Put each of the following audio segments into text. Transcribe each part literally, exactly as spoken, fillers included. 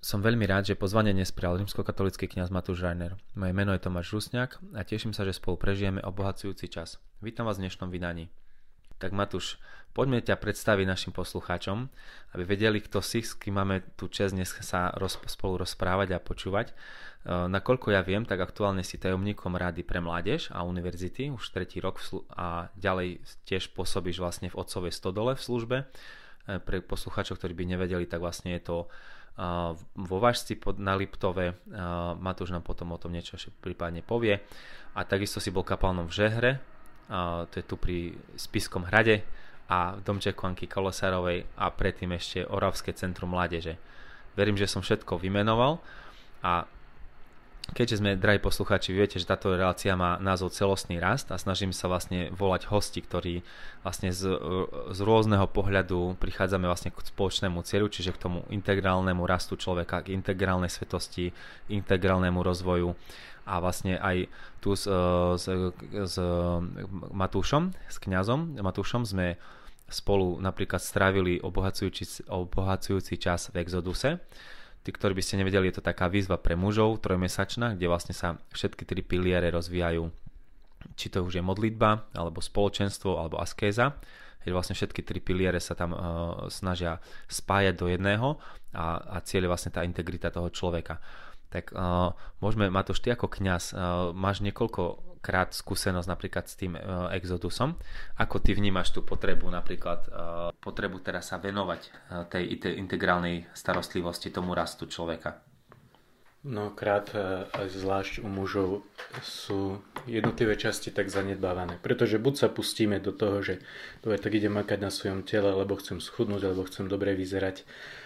Som veľmi rád, že pozvanie dnes prijal rímskokatolícky kňaz Matúš Reiner. Moje meno je Tomáš Rusňák a teším sa, že spolu prežijeme obohacujúci čas. Vítam vás v dnešnom vydaní. Tak Matúš, poďme ťa predstaviť našim poslucháčom, aby vedeli, kto si, s kým máme tú čest dnes sa roz, spolu rozprávať a počúvať. Nakoľko ja viem, tak aktuálne si tajomníkom Rady pre mládež a univerzity už tretí rok slu- a ďalej tiež pôsobíš vlastne v Otcovej stodole v službe. Pre poslucháčov, ktorí by nevedeli, tak vlastne je to vo Vážci na Liptove. Matúš nám potom o tom niečo prípadne povie. A takisto si bol kaplánom v Žehre, to je tu pri Spiskom hrade, a v domčeku Anky Kolosárovej a predtým ešte Oravské centrum mládeže. Verím, že som všetko vymenoval a keďže sme, drahí poslucháči, viete, že táto relácia má názov Celostný rast a snažím sa vlastne volať hosti, ktorí vlastne z, z rôzneho pohľadu prichádzame vlastne k spoločnému cieľu, čiže k tomu integrálnemu rastu človeka, k integrálnej svetosti, integrálnemu rozvoju. A vlastne aj tu s, s, s Matúšom, s kňazom Matúšom sme spolu napríklad strávili obohacujúci, obohacujúci čas v Exoduse. Tí, ktorí by ste nevedeli, je to taká výzva pre mužov, trojmesačná, kde vlastne sa všetky tri piliere rozvíjajú. Či to už je modlitba, alebo spoločenstvo, alebo askéza. Keď vlastne všetky tri piliere sa tam uh, snažia spájať do jedného a, a cieľ je vlastne tá integrita toho človeka. Tak uh, môžeme, Matúš, ty ako kňaz, uh, máš niekoľkokrát skúsenosť napríklad s tým uh, Exodusom. Ako ty vnímaš tú potrebu napríklad, uh, potrebu teraz sa venovať uh, tej integrálnej starostlivosti, tomu rastu človeka? Mnohokrát, uh, aj zvlášť u mužov, sú jednotlivé časti tak zanedbávané. Pretože buď sa pustíme do toho, že dobre, tak idem makať na svojom tele, lebo chcem schudnúť, alebo chcem dobre vyzerať,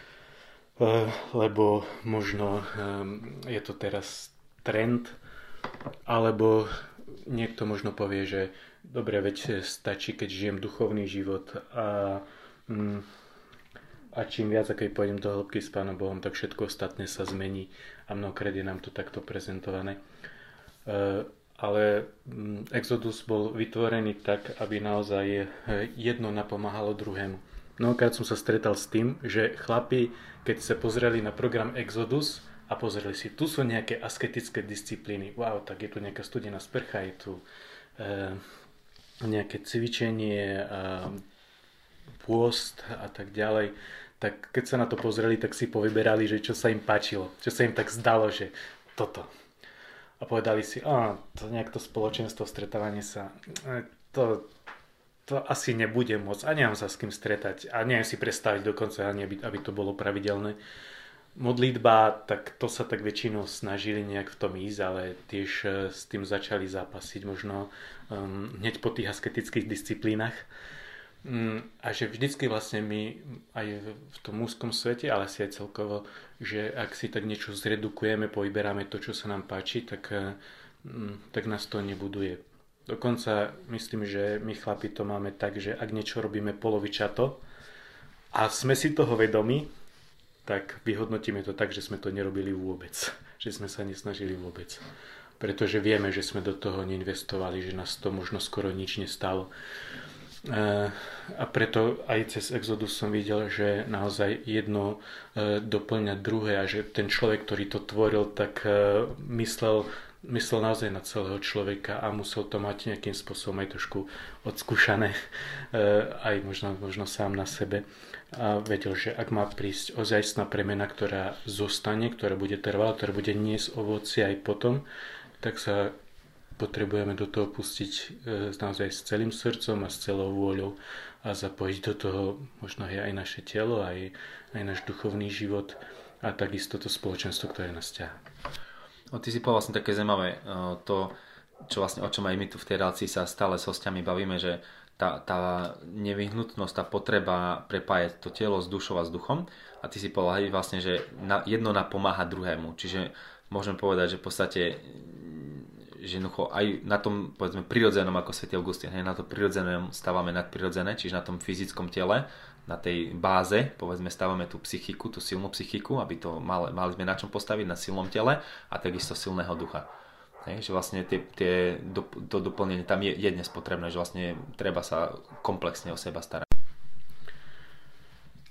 lebo možno je to teraz trend, alebo niekto možno povie, že dobre, veď stačí, keď žijem duchovný život a, a čím viac, ako pôjdem do hĺbky s Pánom Bohom, tak všetko ostatné sa zmení a mnohokrát je nám to takto prezentované. Ale Exodus bol vytvorený tak, aby naozaj jedno napomáhalo druhému. Mnohokrát som sa stretal s tým, že chlapi, keď sa pozreli na program Exodus a pozreli si, tu sú nejaké asketické disciplíny, wow, tak je tu nejaká studená sprcha, je tu e, nejaké cvičenie, e, pôst a tak ďalej, tak keď sa na to pozreli, tak si povyberali, že čo sa im páčilo, čo sa im tak zdalo, že toto. A povedali si, a to nejak to spoločenstvo, stretávanie sa, to... to asi nebudem môcť a nemám sa s kým stretať a neviem si predstaviť dokonca ani, aby, aby to bolo pravidelné. Modlitba, tak to sa tak väčšinou snažili nejak v tom ísť, ale tiež s tým začali zápasiť možno um, hneď po tých asketických disciplínach. Um, a že vždycky vlastne my aj v tom úzkom svete, ale si aj celkovo, že ak si tak niečo zredukujeme, povyberáme to, čo sa nám páči, tak, um, tak nás to nebuduje. Dokonca myslím, že my chlapi to máme tak, že ak niečo robíme polovičato a sme si toho vedomi, tak vyhodnotíme to tak, že sme to nerobili vôbec. Že sme sa nesnažili vôbec. Pretože vieme, že sme do toho neinvestovali, že nás to možno skoro nič nestalo. A preto aj cez Exodus som videl, že naozaj jedno doplňa druhé a že ten človek, ktorý to tvoril, tak myslel myslel naozaj na celého človeka a musel to mať nejakým spôsobom aj trošku odskúšané, aj možno, možno sám na sebe. A vedel, že ak má prísť ozajstná premena, ktorá zostane, ktorá bude trvalá, ktorá bude niesť ovocie aj potom, tak sa potrebujeme do toho pustiť naozaj s celým srdcom a s celou vôľou a zapojiť do toho možno aj naše telo, aj, aj náš duchovný život a takisto to spoločenstvo, ktoré nás ťahá. No, ty si povedal vlastne také zaujímavé, to, čo vlastne, o čom aj my tu v tej relácii sa stále s hostiami bavíme, že tá, tá nevyhnutnosť, tá potreba prepájať to telo s dušou a s duchom. A ty si povedal vlastne, že na, jedno napomáha druhému. Čiže môžeme povedať, že v podstate že aj na tom, povedzme, prirodzenom, ako svätý Augustín, na to prirodzenom stávame nadprirodzené, čiže na tom fyzickom tele, na tej báze, povedzme, stávame tú psychiku, tú silnú psychiku, aby to mali, mali sme na čom postaviť, na silnom tele a takisto silného ducha. Hej, že vlastne tie, tie, do, to doplnenie tam je, je dnes potrebné, že vlastne treba sa komplexne o seba starať.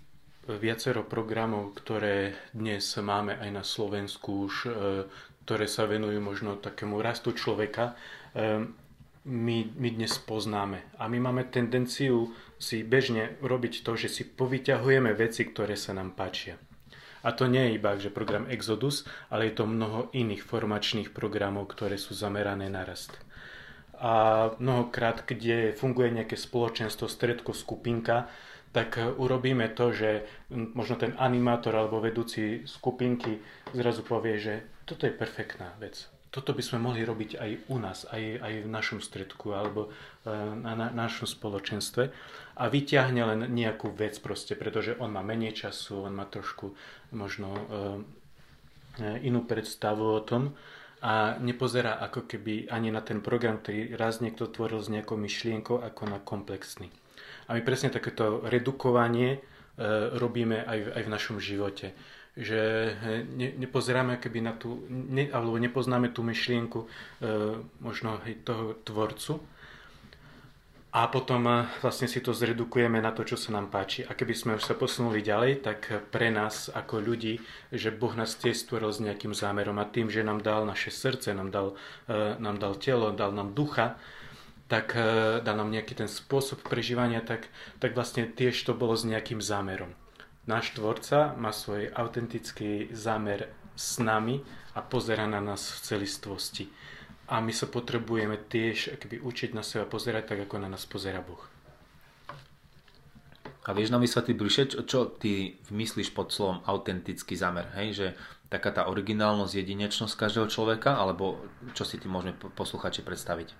viacero programov, ktoré dnes máme aj na Slovensku už, ktoré sa venujú možno takému rastu človeka, my, my dnes poznáme. A my máme tendenciu si bežne robiť to, že si povyťahujeme veci, ktoré sa nám páčia. A to nie je iba že program Exodus, ale je to mnoho iných formačných programov, ktoré sú zamerané na rast. A mnohokrát, kde funguje nejaké spoločenstvo, stredko, skupinka, tak urobíme to, že možno ten animátor alebo vedúci skupinky zrazu povie, že toto je perfektná vec. Toto by sme mohli robiť aj u nás, aj, aj v našom stredku alebo na, na našom spoločenstve. A vyťahne len nejakú vec proste, pretože on má menej času, on má trošku možno inú predstavu o tom a nepozerá ako keby ani na ten program, ktorý raz niekto tvoril s nejakou myšlienkou, ako na komplexný. A my presne takéto redukovanie e, robíme aj, aj v našom živote. Že ne, nepozeráme keby na tú, ne, alebo nepoznáme tú myšlienku e, možno hej, toho tvorcu a potom e, vlastne si to zredukujeme na to, čo sa nám páči. A keby sme už sa posunuli ďalej, tak pre nás ako ľudí, že Boh nás tiež stvoril s nejakým zámerom a tým, že nám dal naše srdce, nám dal, e, nám dal telo, dal nám ducha, tak e, dal nám nejaký ten spôsob prežívania, tak, tak vlastne tiež to bolo s nejakým zámerom. Náš tvorca má svoj autentický zámer s nami a pozerá na nás v celistvosti. A my sa potrebujeme tiež akby, učiť na seba pozerať tak, ako na nás pozerá Boh. A vieš nám vysvetliť bližšie, čo, čo ty myslíš pod slovom autentický zámer? Hej? Že taká tá originálnosť, jedinečnosť každého človeka, alebo čo si ty môžeme posluchači predstaviť?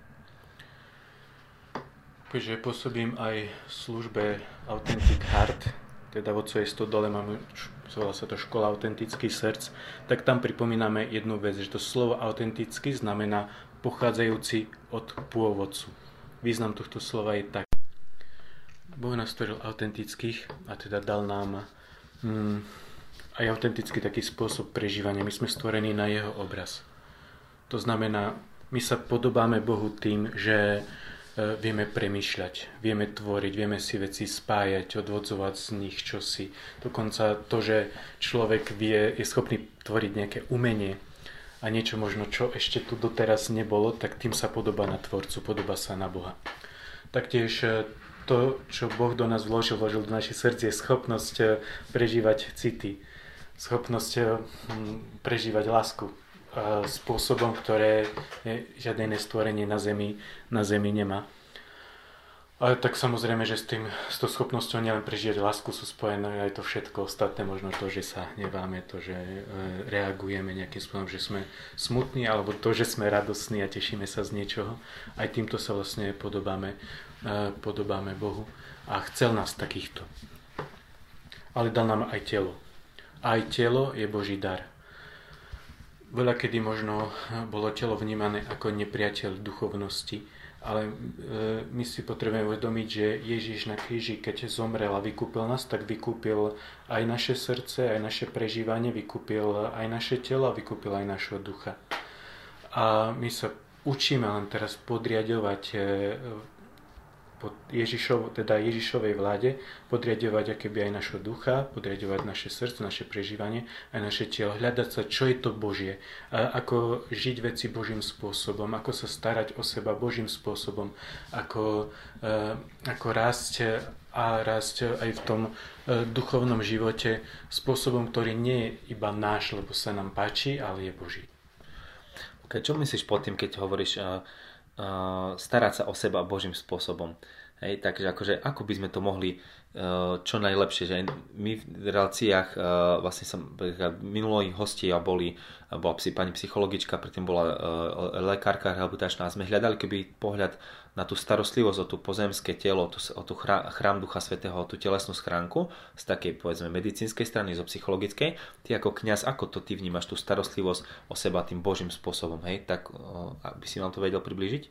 Keďže pôsobím aj v službe Authentic Heart, teda v Otcovej stodole máme, volá sa to škola autentických srdc, tak tam pripomíname jednu vec, že to slovo autentický znamená pochádzajúci od pôvodcu. Význam tohto slova je tak. Boh nás stvoril autentických a teda dal nám hmm, aj autentický taký spôsob prežívania. My sme stvorení na jeho obraz. To znamená, my sa podobáme Bohu tým, že vieme premýšľať, vieme tvoriť, vieme si veci spájať, odvodzovať z nich čosi. Dokonca to, že človek vie, je schopný tvoriť nejaké umenie a niečo možno, čo ešte tu doteraz nebolo, tak tým sa podobá na tvorcu, podobá sa na Boha. Taktiež to, čo Boh do nás vložil, vložil do našich srdc, je schopnosť prežívať city, schopnosť prežívať lásku spôsobom, ktoré žiadne iné stvorenie na zemi, na zemi nemá. Ale tak samozrejme, že s tým, s tou schopnosťou nielen prežívať lásku sú spojené aj to všetko ostatné, možno to, že sa hneváme, to, že reagujeme nejakým spôsobom, že sme smutní, alebo to, že sme radosní a tešíme sa z niečoho. Aj týmto sa vlastne podobáme, podobáme Bohu a chcel nás takýchto. Ale dal nám aj telo. Aj telo je Boží dar. Veľa kedy možno bolo telo vnímané ako nepriateľ duchovnosti, ale my si potrebujeme uvedomiť, že Ježiš na kríži, keď zomrel a vykúpil nás, tak vykúpil aj naše srdce, aj naše prežívanie, vykúpil aj naše telo a vykúpil aj našho ducha. A my sa učíme len teraz podriadovať pod Ježišov, teda Ježišovej vláde, podriadovať akéby aj našho ducha, podriadovať naše srdce, naše prežívanie, aj naše telo, hľadať sa, čo je to Božie, a ako žiť veci Božím spôsobom, ako sa starať o seba Božím spôsobom, ako, ako rásť a rásť aj v tom duchovnom živote spôsobom, ktorý nie je iba náš, lebo sa nám páči, ale je Boží. Okay, čo myslíš pod tým, keď hovoríš uh... Uh, starať sa o seba Božím spôsobom. Hej, takže akože, ako by sme to mohli uh, čo najlepšie, že my v reláciách uh, vlastne som minulých hostí a boli, bola psi, pani psychologička, predtým bola uh, lekárka rehabilitačná a sme hľadali keby pohľad na tú starostlivosť o tú pozemské telo, tú, o tú chrám Ducha Svätého, o tú telesnú schránku z takej povedzme medicínskej strany, zo psychologickej. Ty ako kňaz, ako to ty vnímaš tú starostlivosť o seba tým Božím spôsobom, hej? Tak by si nám to vedel priblížiť?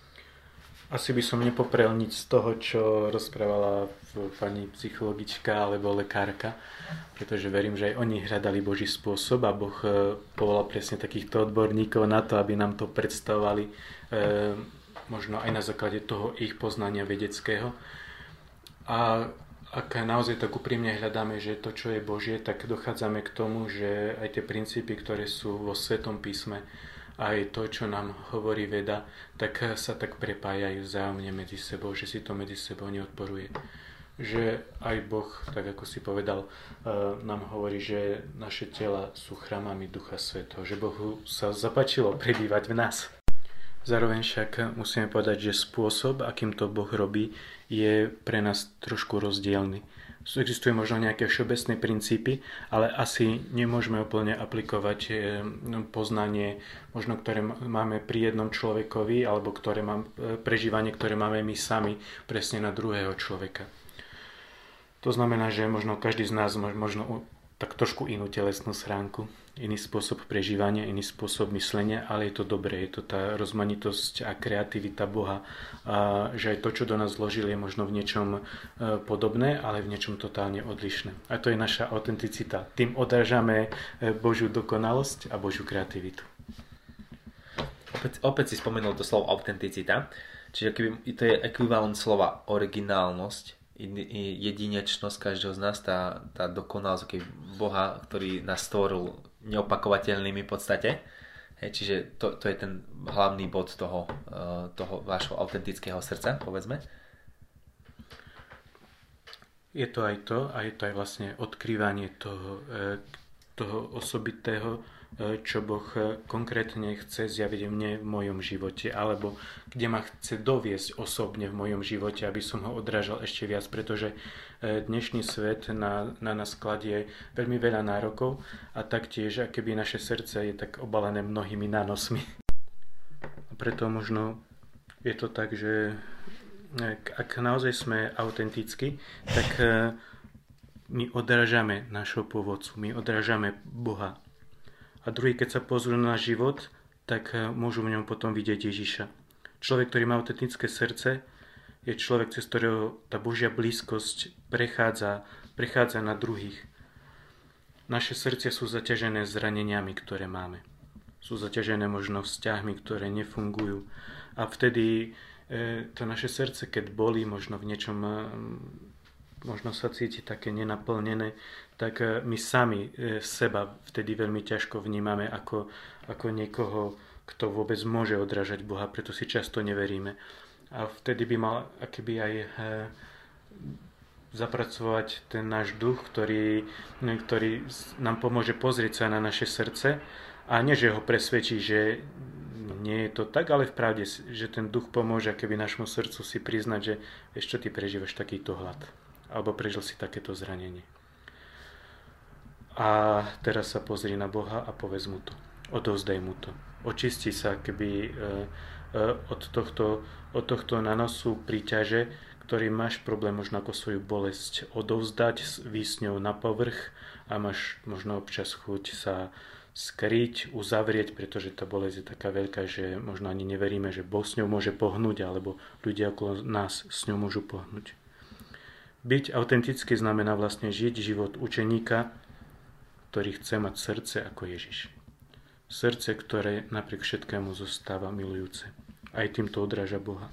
Asi by som nepoprel nič z toho, čo rozprávala pani psychologička alebo lekárka, pretože verím, že aj oni hľadali Boží spôsob a Boh povolal presne takýchto odborníkov na to, aby nám to predstavovali možno aj na základe toho ich poznania vedeckého. A, a ak naozaj tak úprimne hľadáme, že to, čo je Božie, tak dochádzame k tomu, že aj tie princípy, ktoré sú vo Svetom písme, aj to, čo nám hovorí veda, tak sa tak prepájajú vzájomne medzi sebou, že si to medzi sebou neodporuje. Že aj Boh, tak ako si povedal, nám hovorí, že naše tela sú chrámami Ducha Svätého, že Bohu sa zapáčilo prebývať v nás. Zároveň však musíme povedať, že spôsob, akým to Boh robí, je pre nás trošku rozdielny. Existujú možno nejaké všeobecné princípy, ale asi nemôžeme úplne aplikovať poznanie, možno ktoré máme pri jednom človekovi, alebo ktoré mám, prežívanie, ktoré máme my sami presne na druhého človeka. To znamená, že možno každý z nás možno tak trošku inú telesnú schránku, iný spôsob prežívania, iný spôsob myslenia, ale je to dobré, je to tá rozmanitosť a kreativita Boha, a že aj to, čo do nás zložil, je možno v niečom podobné, ale v niečom totálne odlišné. A to je naša autenticita. Tým odrážame Božiu dokonalosť a Božiu kreativitu. Opäť, opäť si spomenul to slovo autenticita, čiže keby, to je ekvivalent slova originálnosť, jedinečnosť každého z nás, tá, tá dokonalosť Boha, ktorý nás stvoril neopakovateľnými v podstate. Hej, čiže to, to je ten hlavný bod toho, toho vášho autentického srdca, povedzme. Je to aj to, a je to aj vlastne odkrývanie toho, toho osobitého, čo Boh konkrétne chce zjaviť mne v mojom živote, alebo kde ma chce doviesť osobne v mojom živote, aby som ho odrážal ešte viac, pretože dnešný svet na, na nás kladie veľmi veľa nárokov a taktiež, keby naše srdce je tak obalené mnohými nánosmi. A preto možno je to tak, že ak naozaj sme autentickí, tak my odrážame našho pôvodcu, my odrážame Boha. A druhý, keď sa pozrú na život, tak môžu v ňom potom vidieť Ježiša. Človek, ktorý má autentické srdce, je človek, cez ktorého tá Božia blízkosť prechádza, prechádza na druhých. Naše srdcia sú zaťažené zraneniami, ktoré máme. Sú zaťažené možno vzťahmi, ktoré nefungujú. A vtedy e, to naše srdce, keď bolí, možno v niečom... E, možno sa cíti také nenaplnené, tak my sami seba vtedy veľmi ťažko vnímame ako, ako niekoho, kto vôbec môže odrážať Boha, preto si často neveríme. A vtedy by mal akoby aj zapracovať ten náš duch, ktorý, ktorý nám pomôže pozrieť sa na naše srdce a nie, že ho presvedčí, že nie je to tak, ale v pravde, že ten duch pomôže akoby našmu srdcu si priznať, že vieš čo, ty prežívaš takýto hlad. Alebo prežil si takéto zranenie. A teraz sa pozri na Boha a povedz mu to. Odovzdaj mu to. Očisti sa keby e, e, od tohto, od tohto nanosu príťaže, ktorý máš problém možno ako svoju bolesť odovzdať, výjsť s ňou na povrch a máš možno občas chuť sa skryť, uzavrieť, pretože tá bolesť je taká veľká, že možno ani neveríme, že Boh s ňou môže pohnúť, alebo ľudia okolo nás s ňou môžu pohnúť. Byť autentický znamená vlastne žiť život učeníka, ktorý chce mať srdce ako Ježiš. Srdce, ktoré napriek všetkému zostáva milujúce. Aj týmto odráža Boha.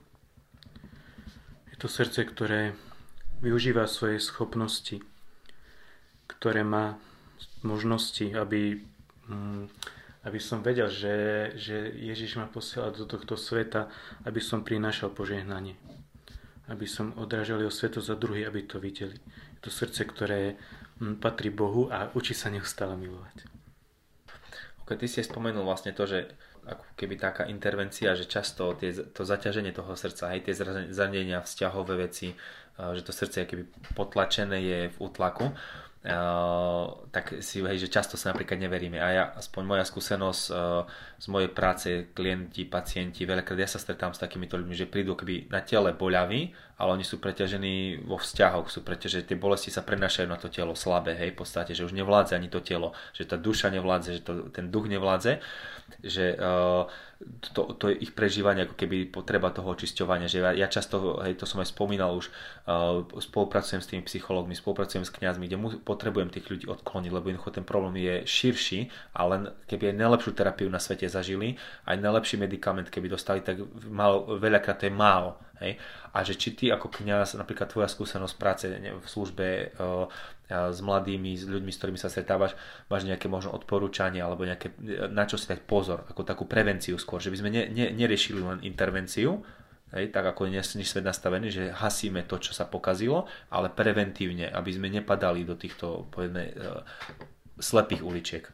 Je to srdce, ktoré využíva svoje schopnosti, ktoré má možnosti, aby, aby som vedel, že, že Ježiš ma posiela do tohto sveta, aby som prinášal požehnanie. Aby som odrážal jeho svetosť za druhý, aby to videli. Je to srdce, ktoré patrí Bohu a učí sa neustále milovať. Ok, ty si spomenul vlastne to, že ako keby taká intervencia, že často tie, to zaťaženie toho srdca, aj tie zranenia, vzťahové veci, že to srdce je keby potlačené, je v útlaku. Uh, tak si hej, že často sa napríklad neveríme a ja, aspoň moja skúsenosť uh, z mojej práce, klienti, pacienti, veľakrát ja sa stretám s takýmito ľuďmi, že prídu keby na tele boľaví, ale oni sú preťažení vo vzťahoch, sú preťažení, tie bolesti sa prenášajú na to telo slabé, hej, v podstate, že už nevládze ani to telo, že tá duša nevládze, že to, ten duch nevládze, že uh, to, to je ich prežívanie, ako keby potreba toho očisťovania, že ja, ja často, hej, to som aj spomínal už, uh, spolupracujem s tými psychológmi, spolupracujem s kňazmi, kde mu, potrebujem tých ľudí odkloniť, lebo jednoducho ten problém je širší a len keby aj najlepšiu terapiu na svete zažili, aj najlepší medikament keby dostali, tak mal, veľakrát to je málo Hej? A že či ty ako kňaz, napríklad tvoja skúsenosť práce v službe uh, s mladými, s ľuďmi, s ktorými sa stretávaš, máš nejaké možno odporúčanie alebo nejaké, na čo si dať pozor, ako takú prevenciu skôr, že by sme ne, ne, neriešili len intervenciu, hej, tak ako je dnes svet nastavený, že hasíme to, čo sa pokazilo, ale preventívne, aby sme nepadali do týchto povedme, uh, slepých uličiek.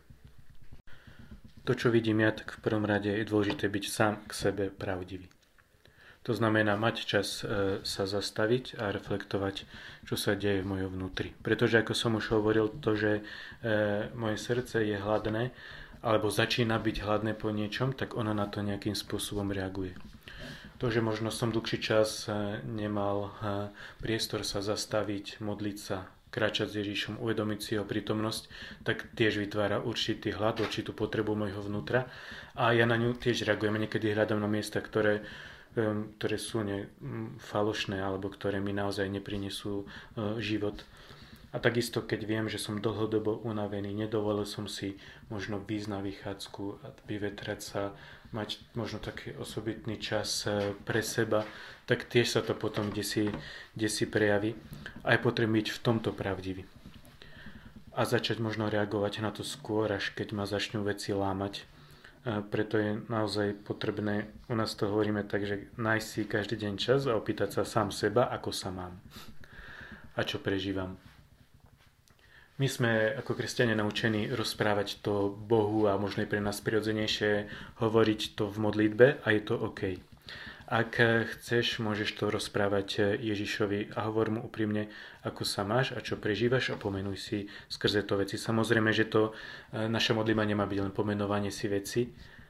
To, čo vidím ja, tak v prvom rade je dôležité byť sám k sebe pravdivý. To znamená mať čas e, sa zastaviť a reflektovať, čo sa deje v mojom vnútri. Pretože ako som už hovoril, to, že e, moje srdce je hladné, alebo začína byť hladné po niečom, tak ona na to nejakým spôsobom reaguje. To, že možno som dlhší čas e, nemal e, priestor sa zastaviť, modliť sa, kráčať s Ježišom, uvedomiť si jeho prítomnosť, tak tiež vytvára určitý hlad, určitú potrebu mojho vnútra. A ja na ňu tiež reagujem. Niekedy hľadám na miesta, ktoré ktoré sú ne, falošné alebo ktoré mi naozaj neprinesú uh, život. A takisto, keď viem, že som dlhodobo unavený, nedovolil som si možno výjsť na vychádzku a vyvetrať sa, mať možno taký osobitný čas uh, pre seba, tak tiež sa to potom kdesi, kdesi prejaví. A je potrebné byť v tomto pravdivý. A začať možno reagovať na to skôr, až keď ma začnú veci lámať. A preto je naozaj potrebné, u nás to hovoríme tak, že nájsť si každý deň čas a opýtať sa sám seba, ako sa mám a čo prežívam. My sme ako kresťania naučení rozprávať to Bohu a možno je pre nás prirodzenejšie hovoriť to v modlitbe a je to OK. Ak chceš, môžeš to rozprávať Ježišovi a hovor mu úprimne, ako sa máš a čo prežívaš a pomenuj si skrze to veci. Samozrejme, že to naša modlitba nemá byť len pomenovanie si veci,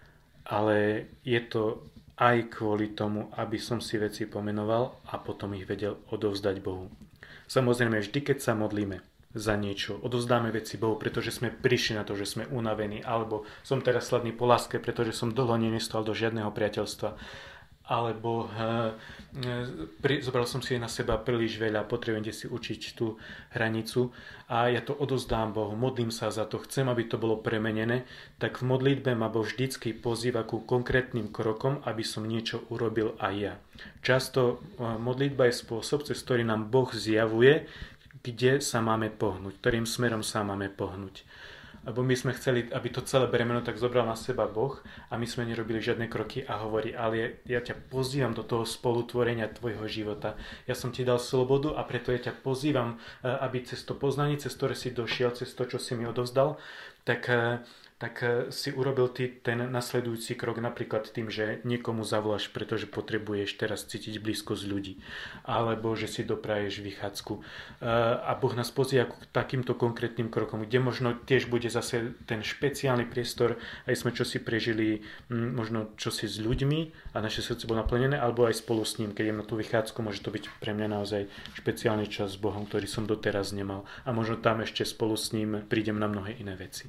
ale je to aj kvôli tomu, aby som si veci pomenoval a potom ich vedel odovzdať Bohu. Samozrejme, vždy, keď sa modlíme za niečo, odovzdáme veci Bohu, pretože sme prišli na to, že sme unavení, alebo som teraz sladný po láske, pretože som dlho nenestál do žiadneho priateľstva, alebo uh, pri, zobral som si na seba príliš veľa, potrebujem si učiť tú hranicu a ja to odozdám Bohu, modlím sa za to, chcem, aby to bolo premenené, tak v modlitbe ma Boh vždycky pozýva ku konkrétnym krokom, aby som niečo urobil aj ja. Často uh, modlitba je spôsob, cez ktorý nám Boh zjavuje, kde sa máme pohnúť, ktorým smerom sa máme pohnúť. Lebo my sme chceli, aby to celé bremeno tak zobral na seba Boh a my sme nerobili žiadne kroky a hovorí, ale ja ťa pozývam do toho spolutvorenia tvojho života. Ja som ti dal slobodu a preto ja ťa pozývam, aby cez to poznanie, cez ktoré si došiel, cez to, čo si mi odovzdal, tak, tak si urobil ty ten nasledujúci krok napríklad tým, že niekomu zavoláš, pretože potrebuješ teraz cítiť blízkosť ľudí. Alebo že si dopraješ vychádzku. A Boh nás pozýva k takýmto konkrétnym krokom, kde možno tiež bude zase ten špeciálny priestor, aj sme čosi prežili, možno čosi s ľuďmi a naše srdce bolo naplnené, alebo aj spolu s ním. Keď idem na tú vychádzku, môže to byť pre mňa naozaj špeciálny čas s Bohom, ktorý som doteraz nemal. A možno tam ešte spolu s ním prídem na mnohé iné veci.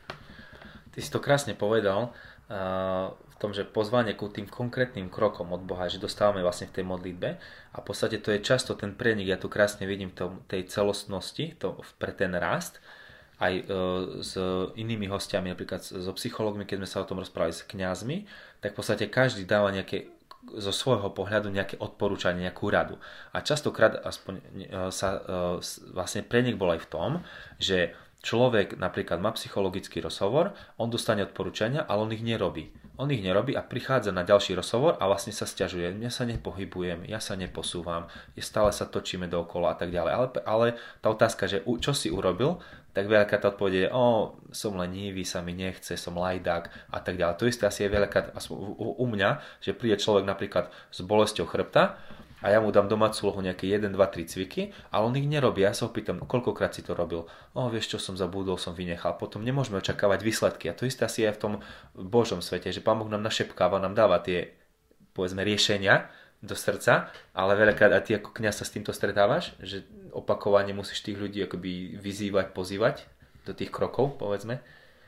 Ty si to krásne povedal uh, v tom, že pozvanie ku tým konkrétnym krokom od Boha, že dostávame vlastne v tej modlitbe a v podstate to je často ten prenik, ja tu krásne vidím v tom, tej celostnosti to, pre ten rast aj uh, s inými hostiami, napríklad so psychológmi, keď sme sa o tom rozprávali s kňazmi, tak v podstate každý dáva nejaké zo svojho pohľadu nejaké odporúčanie, nejakú radu. A častokrát aspoň uh, sa uh, vlastne prenik bol aj v tom, že človek napríklad má psychologický rozhovor, on dostane odporúčania, ale on ich nerobí. On ich nerobí a prichádza na ďalší rozhovor a vlastne sa sťažuje. Ja sa nepohybujem, ja sa neposúvam, stále sa točíme dookola a tak ďalej. Ale, ale tá otázka, že čo si urobil, tak veľakrát tá odpoveď je, o, som lenivý, sa mi nechce, som lajdák a tak ďalej. To isté asi je veľakrát u, u mňa, že príde človek napríklad s bolesťou chrbta, a ja mu dám domácu úlohu nejaké jeden, dva, tri cviky, ale on ich nerobí. Ja sa ho pýtam, koľkokrát si to robil. O, vieš čo, som zabudol, som vynechal. Potom nemôžeme očakávať výsledky. A to isté asi aj v tom Božom svete, že Pán Boh nám našepkáva, nám dáva tie, povedzme, riešenia do srdca, ale veľakrát a ty ako kňaz sa s týmto stretávaš, že opakovane musíš tých ľudí akoby vyzývať, pozývať do tých krokov, povedzme.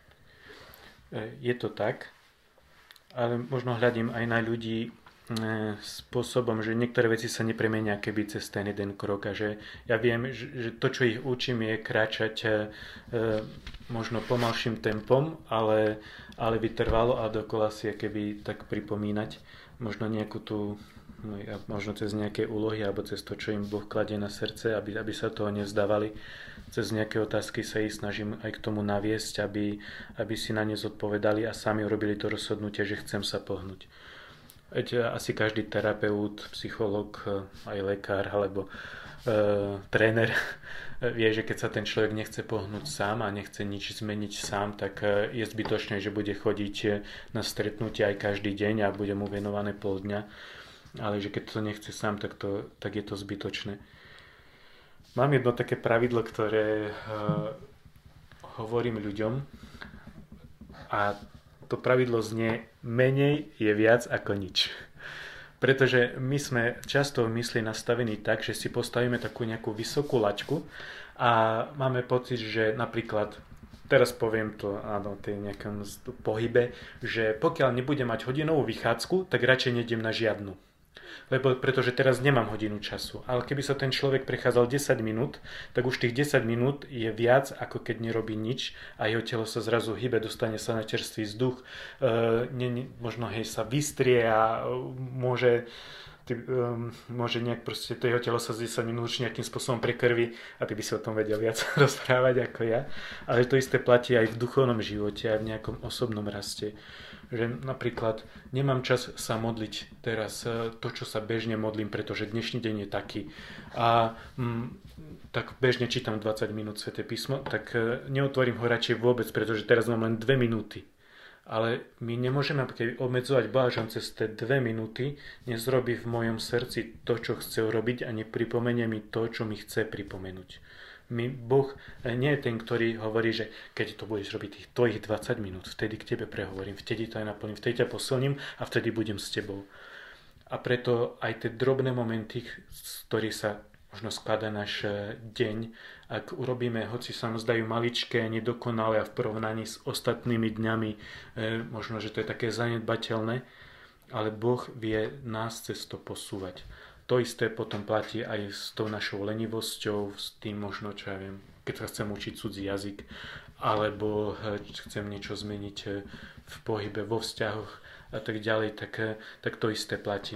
Je to tak, ale možno hľadím aj na ľudí spôsobom, že niektoré veci sa nepremenia keby cez ten jeden krok a že ja viem, že, že to, čo ich učím, je kráčať e, možno pomalším tempom, ale, ale vytrvalo a dokola si keby tak pripomínať možno nejakú tú no, možno cez nejaké úlohy alebo cez to, čo im Boh kladie na srdce, aby, aby sa toho nevzdávali. Cez nejaké otázky sa ich snažím aj k tomu naviesť, aby, aby si na ne zodpovedali a sami urobili to rozhodnutie, že chcem sa pohnúť. Veď asi každý terapeut, psychológ, aj lekár alebo e, tréner vie, že keď sa ten človek nechce pohnúť sám a nechce nič zmeniť sám, tak je zbytočné, že bude chodiť na stretnutie aj každý deň a bude mu venované pol dňa. Ale že keď to nechce sám, tak, to, tak je to zbytočné. Mám jedno také pravidlo, ktoré uh, hovorím ľuďom a to pravidlo znie: menej je viac ako nič. Pretože my sme často v mysli nastavení tak, že si postavíme takú nejakú vysokú laťku a máme pocit, že napríklad, teraz poviem to áno, tej nejakom pohybe, že pokiaľ nebudem mať hodinovú vychádzku, tak radšej nejdem na žiadnu. Lebo pretože teraz nemám hodinu času. Ale keby sa ten človek prechádzal desať minút, tak už tých desať minút je viac, ako keď nerobí nič a jeho telo sa zrazu hýbe, dostane sa na čerstvý vzduch, e, ne, ne, možno hej, sa vystrie a môže, ty, um, môže nejak proste, to jeho telo sa z desať minút už nejakým spôsobom prekrví a ty by si o tom vedel viac rozprávať ako ja. Ale to isté platí aj v duchovnom živote, aj v nejakom osobnom raste. Že napríklad nemám čas sa modliť teraz to, čo sa bežne modlím, pretože dnešný deň je taký. A mm, tak bežne čítam dvadsať minút Sväté písmo, tak neotvorím ho radšej vôbec, pretože teraz mám len dve minúty. Ale my nemôžeme obmedzovať Boha, že on cez tie dve minúty nezrobí v mojom srdci to, čo chce urobiť a nepripomenie mi to, čo mi chce pripomenúť. My, Boh nie je ten, ktorý hovorí, že keď to budeš robiť tých tvojich dvadsať minút, vtedy k tebe prehovorím, vtedy to aj naplním, vtedy ťa posilním a vtedy budem s tebou. A preto aj tie drobné momenty, z ktorých sa možno skladá náš deň, ak urobíme, hoci sa nám zdajú maličké, nedokonalé a v porovnaní s ostatnými dňami, možno, že to je také zanedbateľné, ale Boh vie nás cez to posúvať. To isté potom platí aj s tou našou lenivosťou, s tým možno, čo ja viem, keď sa chcem učiť cudzí jazyk, alebo chcem niečo zmeniť v pohybe, vo vzťahoch a tak ďalej, tak, tak to isté platí.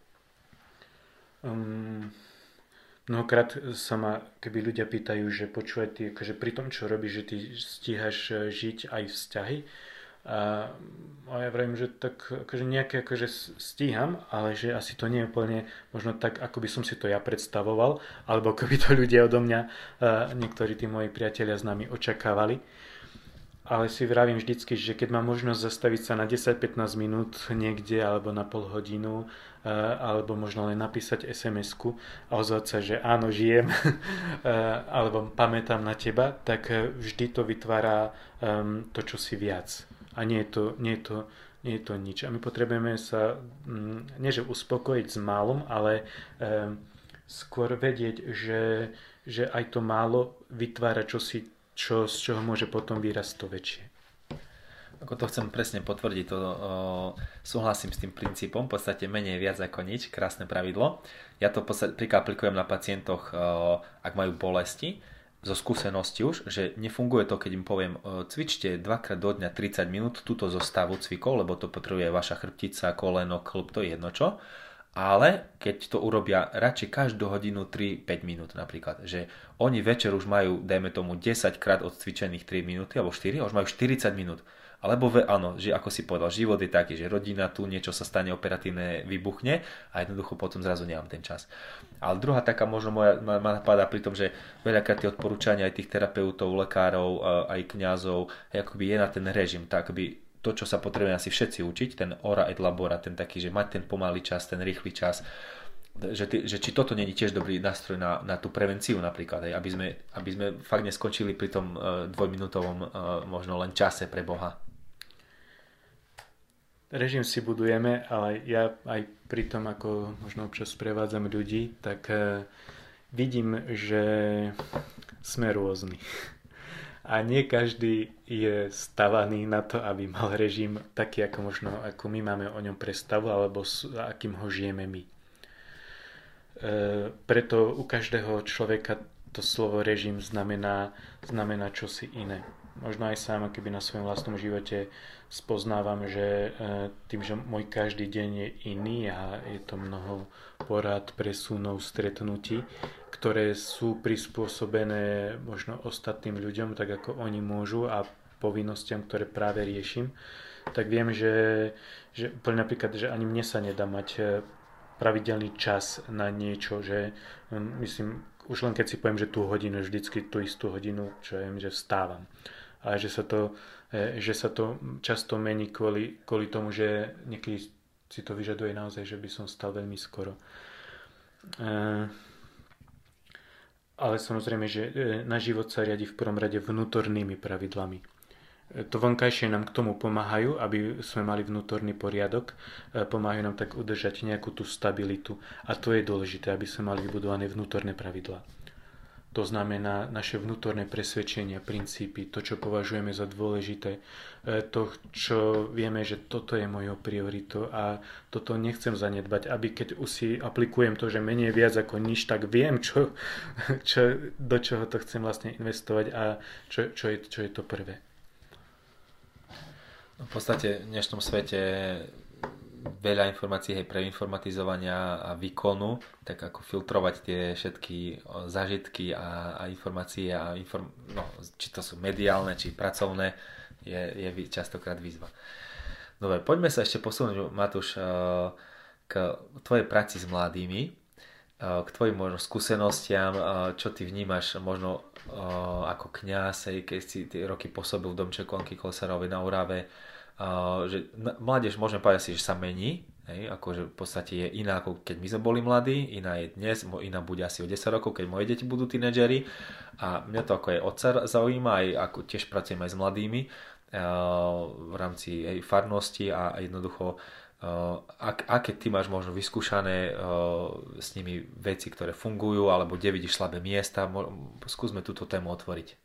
Um, mnohokrát sa ma, keby ľudia pýtajú, že počúvaj ty, akože pri tom, čo robíš, že ty stíhaš žiť aj vzťahy, A, a ja vravím, že tak akože nejaké akože stíham, ale že asi to nie je úplne možno tak, ako by som si to ja predstavoval, alebo ako by to ľudia odo mňa, niektorí tí moji priatelia s nami očakávali. Ale si vravím vždycky, že keď mám možnosť zastaviť sa na desať pätnásť minút niekde, alebo na pol hodinu, alebo možno len napísať es em esku a ozvať sa, že áno, žijem, alebo pamätám na teba, tak vždy to vytvára to, čo si viac. A nie je to, nie je to, nie je to nič. A my potrebujeme sa, nie že uspokojiť s málom, ale um, skôr vedieť, že, že aj to málo vytvára čosi, čo, z čoho môže potom vyrásť to väčšie. Ako to chcem presne potvrdiť, to o, súhlasím s tým princípom, v podstate menej viac ako nič, krásne pravidlo. Ja to v podstate aplikujem na pacientoch, o, ak majú bolesti, zo skúsenosti už, že nefunguje to, keď im poviem, cvičte dvakrát do dňa tridsať minút túto zostavu cvikov, lebo to potrebuje vaša chrbtica, koleno, klb, to je jedno čo. Ale keď to urobia radšej každú hodinu tri päť minút napríklad, že oni večer už majú, dajme tomu, desať krát odcvičených tri minúty alebo štyri, a už majú štyridsať minút. Alebo áno, že ako si povedal, život je taký, že rodina tu niečo sa stane operatívne, vybuchne a jednoducho potom zrazu nemám ten čas. Ale druhá taká možno moja ma, ma napadá pri tom, že veľakrát tie odporúčania aj tých terapeutov, lekárov, aj kňazov, akoby je na ten režim, tak by to, čo sa potrebuje asi všetci učiť, ten ora et labora, ten taký, že mať ten pomalý čas, ten rýchly čas, že, ty, že či toto nie je tiež dobrý nástroj na, na tú prevenciu napríklad, aby sme, aby sme fakt neskončili pri tom uh, dvojminútovom uh, možno len čase pre Boha. Režim si budujeme, ale ja aj pri tom, ako možno občas prevádzam ľudí, tak uh, vidím, že sme rôzni. A nie každý je stavaný na to, aby mal režim taký, ako možno ako my máme o ňom predstavu, alebo akým ho žijeme my. E, preto u každého človeka to slovo režim znamená, znamená čosi iné. možno aj sám, keby na svojom vlastnom živote spoznávam, že tým, že môj každý deň je iný a je to mnoho porád, presunov, stretnutí, ktoré sú prispôsobené možno ostatným ľuďom, tak ako oni môžu a povinnostiam, ktoré práve riešim, tak viem, že, že úplne napríklad, že ani mne sa nedá mať pravidelný čas na niečo, že myslím, už len keď si poviem, že tú hodinu, vždycky tú istú hodinu, čo ja viem, že vstávam. A že sa to, že sa to často mení kvôli, kvôli tomu, že niekedy si to vyžaduje naozaj, že by som stal veľmi skoro. Ale samozrejme, že náš život sa riadi v prvom rade vnútornými pravidlami. To vonkajšie nám k tomu pomáhajú, aby sme mali vnútorný poriadok, pomáhajú nám tak udržať nejakú tú stabilitu. A to je dôležité, aby sme mali vybudované vnútorné pravidlá. To znamená naše vnútorné presvedčenia, princípy, to, čo považujeme za dôležité, to, čo vieme, že toto je mojou prioritou a toto nechcem zanedbať, aby keď už si aplikujem to, že menej viac ako nič, tak viem, čo, čo, do čoho to chcem vlastne investovať a čo, čo, je, čo je to prvé. V podstate v dnešnom svete veľa informácií aj pre informatizovania a výkonu, tak ako filtrovať tie všetky zážitky a, a informácie a inform, no, či to sú mediálne, či pracovné, je, je častokrát výzva. Dobre, poďme sa ešte posunúť, Matúš, k tvojej práci s mladými, k tvojim možno skúsenostiam, čo ty vnímaš možno ako kňaz, keď si tie roky pôsobil v domčeku Anky Kolesárovej na Orave, Uh, že mládež môžeme povedať si, že sa mení, hej, akože v podstate je iná ako keď my sme boli mladí, iná je dnes, iná bude asi o desať rokov, keď moje deti budú tínedžeri a mňa to ako je otca zaujíma, aj ako tiež pracujem aj s mladými uh, v rámci aj farnosti a jednoducho uh, ak, aké ty máš možno vyskúšané uh, s nimi veci, ktoré fungujú, alebo kde vidíš slabé miesta, skúsme túto tému otvoriť.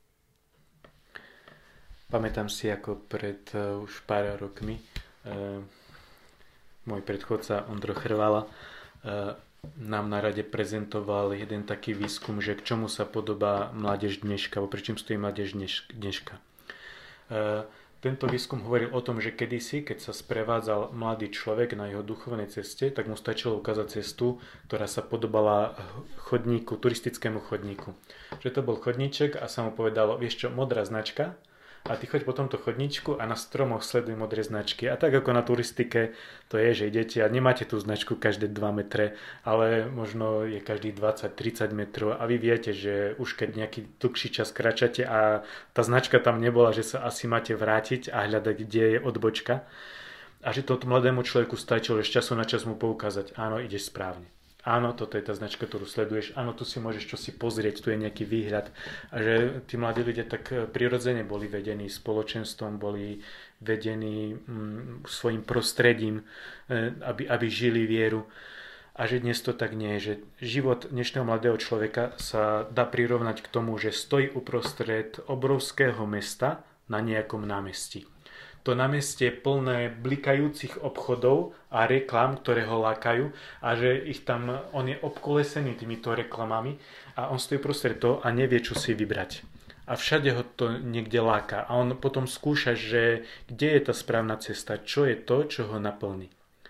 Pamätám si, ako pred uh, už pár rokmi uh, môj predchodca Ondro Chrvala uh, nám na rade prezentoval jeden taký výskum, že k čomu sa podobá mládež dneška, alebo prečím stojí mládež dneš, dneška. Uh, tento výskum hovoril o tom, že kedysi, keď sa sprevádzal mladý človek na jeho duchovnej ceste, tak mu stačilo ukázať cestu, ktorá sa podobala chodníku, turistickému chodníku. Že to bol chodníček a sa mu povedalo, vieš čo, modrá značka, a ty choď po tomto chodníčku a na stromoch sleduj modré značky. A tak ako na turistike to je, že idete a nemáte tú značku každé dva metre, ale možno je každý dvadsať tridsať metrov a vy viete, že už keď nejaký dlhší čas kráčate a tá značka tam nebola, že sa asi máte vrátiť a hľadať, kde je odbočka. A že tomu mladému človeku stačilo z času na čas mu poukázať, áno, ideš správne. Áno, toto je tá značka, ktorú sleduješ. Áno, tu si môžeš čosi pozrieť, tu je nejaký výhľad. A že tí mladí ľudia tak prirodzene boli vedení spoločenstvom, boli vedení mm, svojim prostredím, aby, aby žili vieru. A že dnes to tak nie je. Že život dnešného mladého človeka sa dá prirovnať k tomu, že stojí uprostred obrovského mesta na nejakom námestí. To námestie je plné blikajúcich obchodov a reklám, ktoré ho lákajú a že ich tam, on je obkolesený týmito reklamami a on stojí prostred toho a nevie, čo si vybrať. A všade ho to niekde láka a on potom skúša, že kde je tá správna cesta, čo je to, čo ho naplní.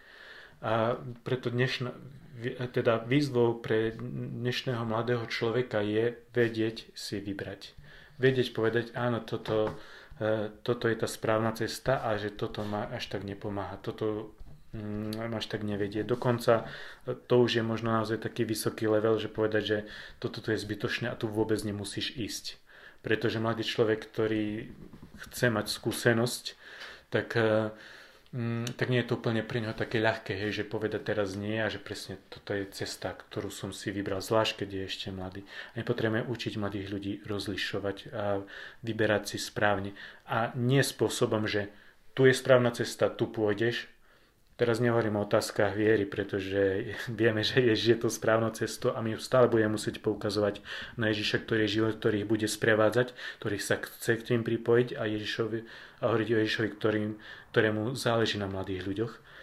A preto dnešná, teda výzvou pre dnešného mladého človeka je vedieť si vybrať. Vedieť povedať, áno, toto toto je tá správna cesta a že toto ma až tak nepomáha, toto ma až tak nevedie. Dokonca to už je možno naozaj taký vysoký level, že povedať, že toto je zbytočné a tu vôbec nemusíš ísť. Pretože mladý človek, ktorý chce mať skúsenosť, tak, tak nie je to úplne pre neho také ľahké, hej, že povedať teraz nie a že presne toto je cesta, ktorú som si vybral, zvlášť keď je ešte mladý. A my potrebujeme učiť mladých ľudí rozlišovať a vyberať si správne. A nie spôsobom, že tu je správna cesta, tu pôjdeš. Teraz nehovorím o otázkach viery, pretože vieme, že Ježiš je to správnou cestou a my stále budeme musieť poukazovať na Ježiša, ktorý je život, ktorý ich bude sprevádzať, ktorý sa chce k tým pripojiť a, Ježišovi, a hovoriť o Ježišovi, ktorým, ktorému záleží na mladých ľuďoch.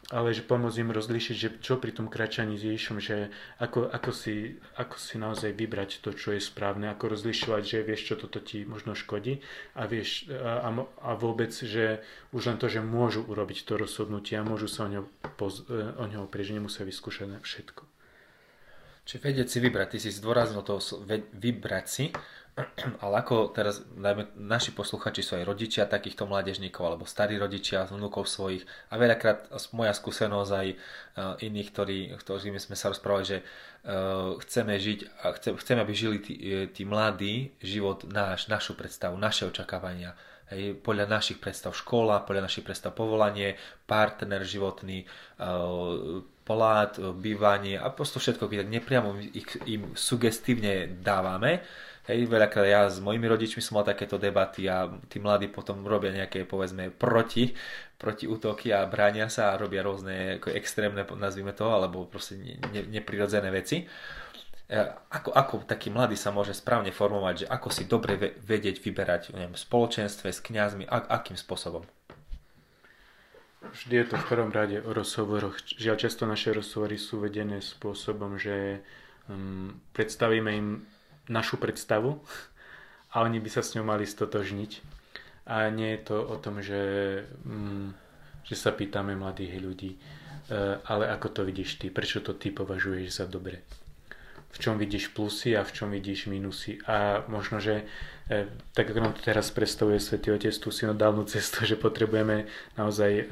ale že pomôcť im rozlíšiť, že čo pri tom kráčaní s Ježišom, že ako, ako, si, ako si naozaj vybrať to, čo je správne, ako rozlišovať, že vieš, čo toto ti možno škodí a, vieš, a, a vôbec, že už len to, že môžu urobiť to rozhodnutie a môžu sa o ňo, poz, o ňo oprieť, že nemusia vyskúšať všetko. Čiže vedieť si vybrať, ty si zdôraznil to vybrať si, ale ako teraz, najmä naši posluchači sú aj rodičia takýchto mládežníkov alebo starí rodičia z vnúkov svojich a veľakrát moja skúsenosť aj iných, ktorí, ktorými sme sa rozprávali, že uh, chceme žiť a chceme, chceme, aby žili tí, tí mladí život náš, našu predstavu, naše očakávania. Hej, podľa našich predstav škola, podľa našich predstav povolanie, partner životný, uh, plát, bývanie a prosto všetko, keď nepriamo ich, im sugestívne dávame. Hej, veľakrát ja s mojimi rodičmi som mal takéto debaty a tí mladí potom robia nejaké, povedzme, proti, proti útoky a bránia sa a robia rôzne ako extrémne, nazvime to, alebo proste ne, ne, neprirodzené veci. Ako, ako taký mladý sa môže správne formovať, že ako si dobre vedieť vyberať neviem, v spoločenstve s kňazmi, a, akým spôsobom? Vždy je to v prvom rade o rozhovoroch. Žiaľ, často naše rozhovory sú vedené spôsobom, že um, predstavíme im našu predstavu a oni by sa s ňou mali stotožniť. A nie je to o tom, že, um, že sa pýtame mladých ľudí, uh, ale ako to vidíš ty, prečo to ty považuješ za dobre. V čom vidíš plusy a v čom vidíš minusy. A možno, že e, tak ako nám to teraz predstavuje Svätý Otec tú synodálnu cestu, že potrebujeme naozaj e,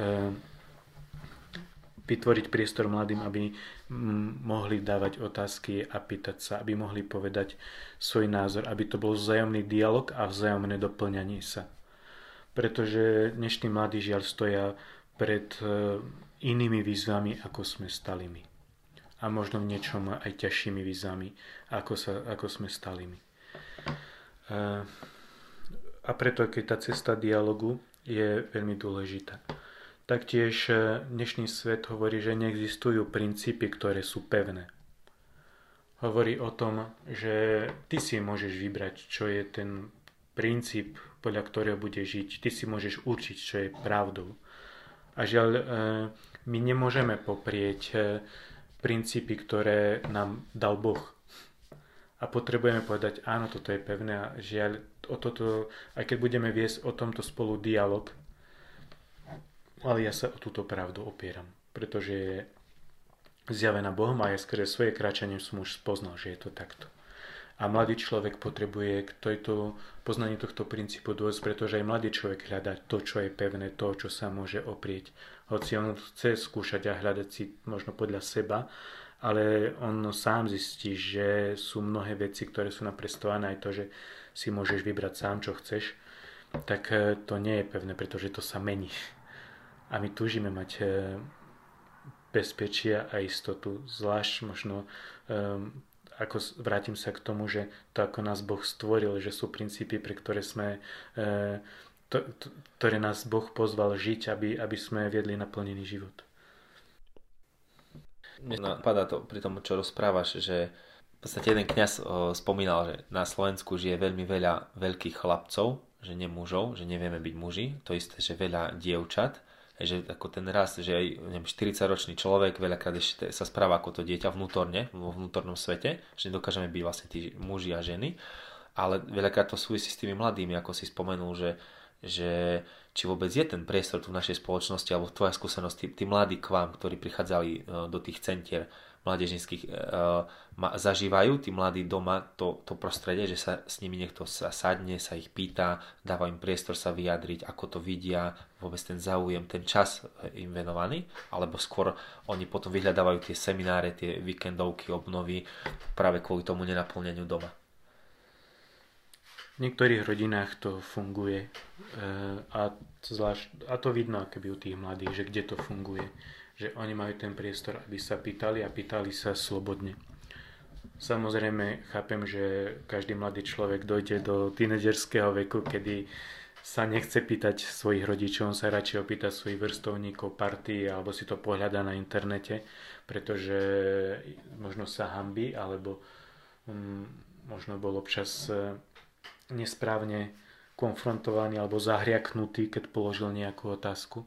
vytvoriť priestor mladým, aby m, mohli dávať otázky a pýtať sa, aby mohli povedať svoj názor, aby to bol vzájomný dialog a vzájomné doplňanie sa. Pretože dnešní mladí žiaľ stoja pred e, inými výzvami, ako sme stali my. A možno v niečom aj ťažšími výzvami, ako, sa, ako sme stali my. A preto, keď tá cesta dialogu je veľmi dôležitá. Taktiež dnešný svet hovorí, že neexistujú princípy, ktoré sú pevné. Hovorí o tom, že ty si môžeš vybrať, čo je ten princíp, podľa ktorého budeš žiť. Ty si môžeš určiť, čo je pravdou. A žiaľ, my nemôžeme poprieť princípy, ktoré nám dal Boh. A potrebujeme povedať, áno, toto je pevné a žiaľ, o toto, aj keď budeme viesť o tomto spolu dialog, ale ja sa o túto pravdu opieram, pretože je zjavená Bohom a ja skrze svoje kráčanie som už spoznal, že je to takto. A mladý človek potrebuje k tejto poznaniu tohto princípu dôjsť, pretože aj mladý človek hľadá to, čo je pevné, to, čo sa môže oprieť. Hoci on chce skúšať a hľadať si možno podľa seba, ale on sám zistí, že sú mnohé veci, ktoré sú naprestované aj to, že si môžeš vybrať sám, čo chceš, tak to nie je pevné, pretože to sa mení. A my túžime mať bezpečia a istotu, zvlášť možno um, ako vrátim sa k tomu, že to, ako nás Boh stvoril, že sú princípy, pre ktoré sme, e, to, to, ktoré nás Boh pozval žiť, aby, aby sme viedli naplnený život. Mne napadá to pri tom, čo rozprávaš, že v podstate jeden kňaz o, spomínal, že na Slovensku žije veľmi veľa veľkých chlapcov, že nie mužov, že nevieme byť muži, to isté, že veľa dievčat, že ako ten rast, že aj neviem, štyridsaťročný človek veľakrát ešte sa správa ako to dieťa vnútorne, vo vnútornom svete, že nedokážeme byť vlastne tí muži a ženy, ale veľakrát to súvisí s tými mladými, ako si spomenul, že, že či vôbec je ten priestor tu v našej spoločnosti, alebo tvoja skúsenosť, tí, tí mladí k vám, ktorí prichádzali do tých centier mládežníckych, zažívajú tí mladí doma to, to prostredie, že sa s nimi niekto sa sadne, sa ich pýta, dáva im priestor sa vyjadriť, ako to vidia, vôbec ten záujem, ten čas im venovaný, alebo skôr oni potom vyhľadávajú tie semináre, tie víkendovky, obnovy práve kvôli tomu nenaplneniu doma. V niektorých rodinách to funguje a, zvlášť, a to vidno akoby u tých mladých, že kde to funguje, že oni majú ten priestor, aby sa pýtali a pýtali sa slobodne. Samozrejme, chápem, že každý mladý človek dojde do tínedžerského veku, kedy sa nechce pýtať svojich rodičov, on sa radšej opýta svojich vrstovníkov, partii, alebo si to pohľadá na internete, pretože možno sa hanbí, alebo um, možno bol občas uh, nesprávne konfrontovaný alebo zahriaknutý, keď položil nejakú otázku.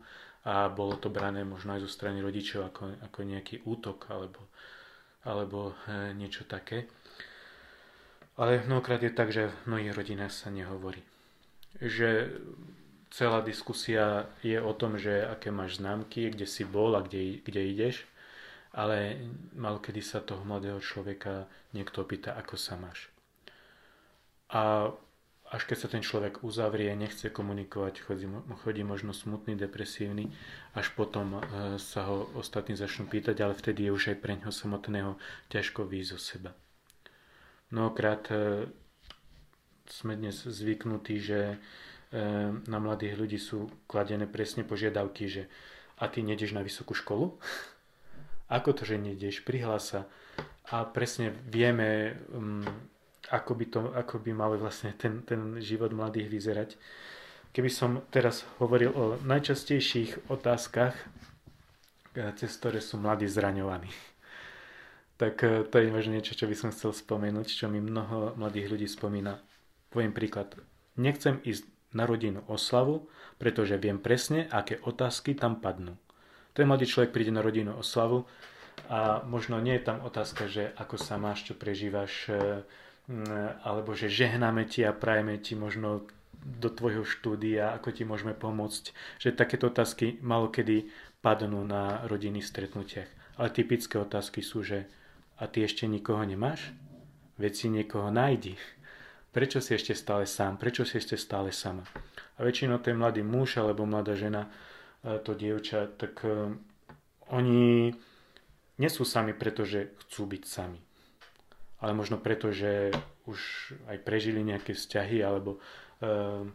a bolo to brané možno aj zo strany rodičov ako, ako nejaký útok alebo, alebo e, niečo také. Ale mnohokrát je tak, že v mnohých rodinách sa nehovorí. Že celá diskusia je o tom, že aké máš známky, kde si bol a kde, kde ideš, ale malo kedy sa toho mladého človeka niekto pýta, ako sa máš. A až keď sa ten človek uzavrie, nechce komunikovať, chodí, chodí možno smutný, depresívny, až potom sa ho ostatní začnú pýtať, ale vtedy je už aj pre ňoho samotného ťažko výjsť zo seba. Mnohokrát sme dnes zvyknutí, že na mladých ľudí sú kladené presne požiadavky, že a ty nejdeš na vysokú školu? Ako to, že nejdeš? Prihlás sa. A presne vieme, ako by, to, ako by mal vlastne ten, ten život mladých vyzerať. Keby som teraz hovoril o najčastejších otázkach, cez ktoré sú mladí zraňovaní, tak to je možno niečo, čo by som chcel spomenúť, čo mi mnoho mladých ľudí spomína. Poviem príklad. Nechcem ísť na rodinnú oslavu, pretože viem presne, aké otázky tam padnú. Ten mladý človek príde na rodinnú oslavu a možno nie je tam otázka, že ako sa máš, čo prežívaš, alebo že žehnáme ti a prajeme ti možno do tvojho štúdia, ako ti môžeme pomôcť. Že takéto otázky malokedy padnú na rodinných stretnutiach. Ale typické otázky sú, že a ty ešte nikoho nemáš? Veď si niekoho nájdi. Prečo si ešte stále sám? Prečo si ešte stále sama? A väčšinou ten mladý muž alebo mladá žena, to dievča, tak um, oni nie sú sami, pretože chcú byť sami. Ale možno preto, že už aj prežili nejaké vzťahy alebo um,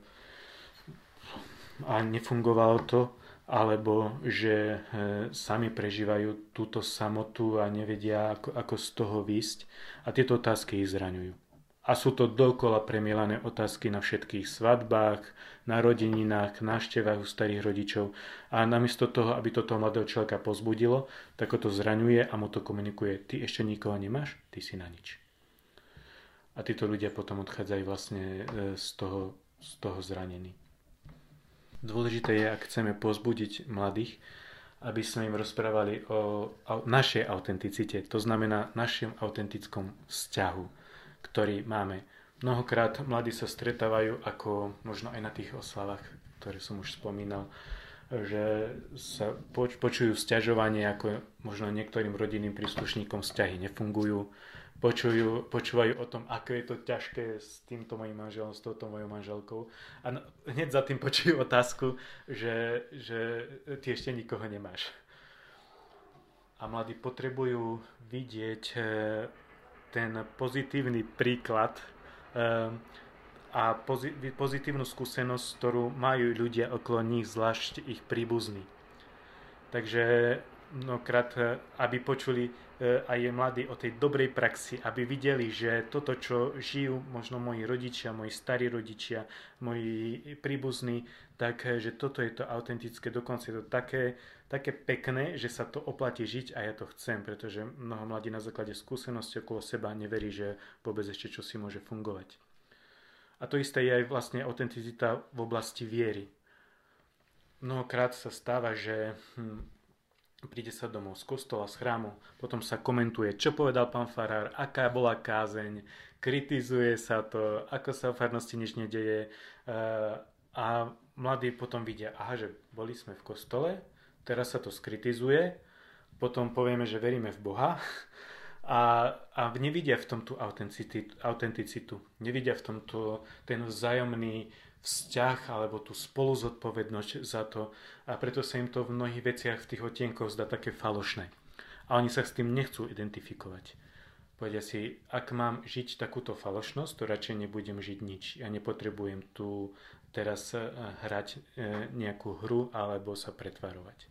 a nefungovalo to, alebo že e, sami prežívajú túto samotu a nevedia, ako, ako z toho výjsť. A tieto otázky ich zraňujú. A sú to dokola premielané otázky na všetkých svadbách, na rodininách, návštevách u starých rodičov. A namiesto toho, aby to toho mladého človeka pozbudilo, tak ho to zraňuje a mu to komunikuje. Ty ešte nikoho nemáš? Ty si na nič. A títo ľudia potom odchádzajú vlastne e, z toho, z toho zranení. Dôležité je, ak chceme pozbudiť mladých, aby sme im rozprávali o, o našej autenticite, to znamená našom autentickom vzťahu, ktorý máme. Mnohokrát mladí sa stretávajú, ako možno aj na tých oslavách, ktoré som už spomínal, že sa poč- počujú sťažovanie, ako možno niektorým rodinným príslušníkom vzťahy nefungujú, Počujú, počúvajú o tom, ako je to ťažké s týmto mojím manželom, s touto mojou manželkou. A no, hneď za tým počujú otázku, že, že ty ešte nikoho nemáš. A mladí potrebujú vidieť ten pozitívny príklad a pozitívnu skúsenosť, ktorú majú ľudia okolo nich, zvlášť ich príbuzní. Takže mnohokrát, aby počuli aj mladí o tej dobrej praxi, aby videli, že toto, čo žijú možno moji rodičia, moji starí rodičia, moji príbuzní, tak že toto je to autentické, dokonca je to také, také pekné, že sa to oplatí žiť a ja to chcem, pretože mnoho mladí na základe skúsenosti okolo seba neverí, že vôbec ešte čo si môže fungovať. A to isté je aj vlastne autenticita v oblasti viery. Mnohokrát sa stáva, že hm, príde sa domov z kostola, z chrámu, potom sa komentuje, čo povedal pán farár, aká bola kázeň, kritizuje sa to, ako sa v farnosti nič nedeje a mladí potom vidia, aha, že boli sme v kostole, teraz sa to skritizuje, potom povieme, že veríme v Boha a, a nevidia v tom tú autenticitu, nevidia v tomto ten vzájomný vzťah alebo tú spoluzodpovednosť za to a preto sa im to v mnohých veciach v tých otienkoch zdá také falošné. A oni sa s tým nechcú identifikovať. Povedia si, ak mám žiť takúto falošnosť, to radšej nebudem žiť nič. Ja nepotrebujem tu teraz hrať nejakú hru alebo sa pretvarovať.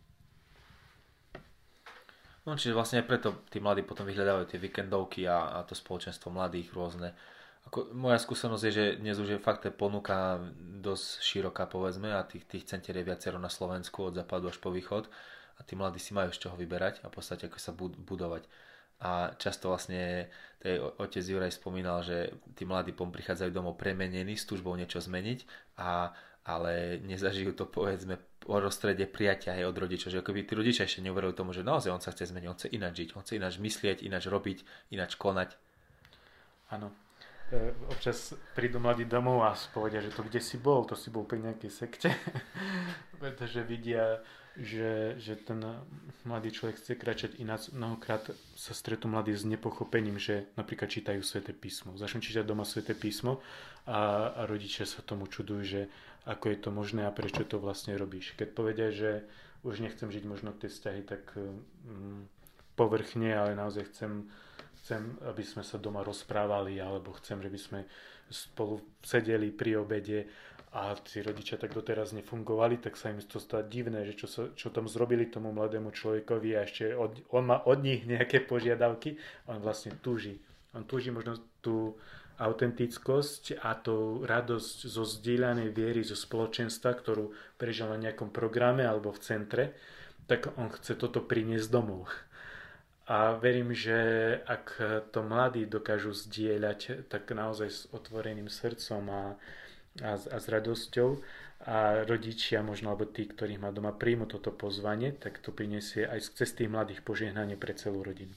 No čiže vlastne aj preto tí mladí potom vyhľadávajú tie víkendovky a, a to spoločenstvo mladých rôzne. Ako, moja skúsenosť je, že dnes už je fakt ponuka dosť široká, povedzme, a tých, tých centier je viacero na Slovensku od západu až po východ a tí mladí si majú z čoho vyberať a v podstate ako sa budovať. A často vlastne tej otec Juraj spomínal, že tí mladí pom prichádzajú domov premenení s túžbou niečo zmeniť a, ale nezažijú to, povedzme, o rozstrede prijatia aj od rodičov, že akoby tí rodičia ešte neuverujú tomu, že naozaj on sa chce zmeniť, on chce ináč žiť, on chce ináč myslieť, ináč robiť, ináč konať. Áno. E, občas prídu mladí domov a povedia, že to kde si bol, to si bol pri nejakej sekte, pretože vidia, že, že ten mladý človek chce kračať ináč. Mnohokrát sa stretú mladí s nepochopením, že napríklad čítajú Sväté písmo. Začnú čítať doma Sväté písmo a, a rodičia sa tomu čudujú, že ako je to možné a prečo to vlastne robíš. Keď povedia, že už nechcem žiť možno tie vzťahy tak um, povrchne, ale naozaj chcem, chcem, aby sme sa doma rozprávali, alebo chcem, že by sme spolu sedeli pri obede a tí rodičia tak doteraz nefungovali, tak sa im to stá divné, že čo, sa, čo tam zrobili tomu mladému človekovi a ešte od, on má od nich nejaké požiadavky a on vlastne túži. On túži možno tú autentickosť a tú radosť zo zdieľanej viery, zo spoločenstva, ktorú prežil na nejakom programe alebo v centre, tak on chce toto priniesť domov. A verím, že ak to mladí dokážu zdieľať, tak naozaj s otvoreným srdcom a, a, a s radosťou a rodičia možno, alebo tí, ktorých má doma, príjmu toto pozvanie, tak to priniesie aj cez tých mladých požehnanie pre celú rodinu.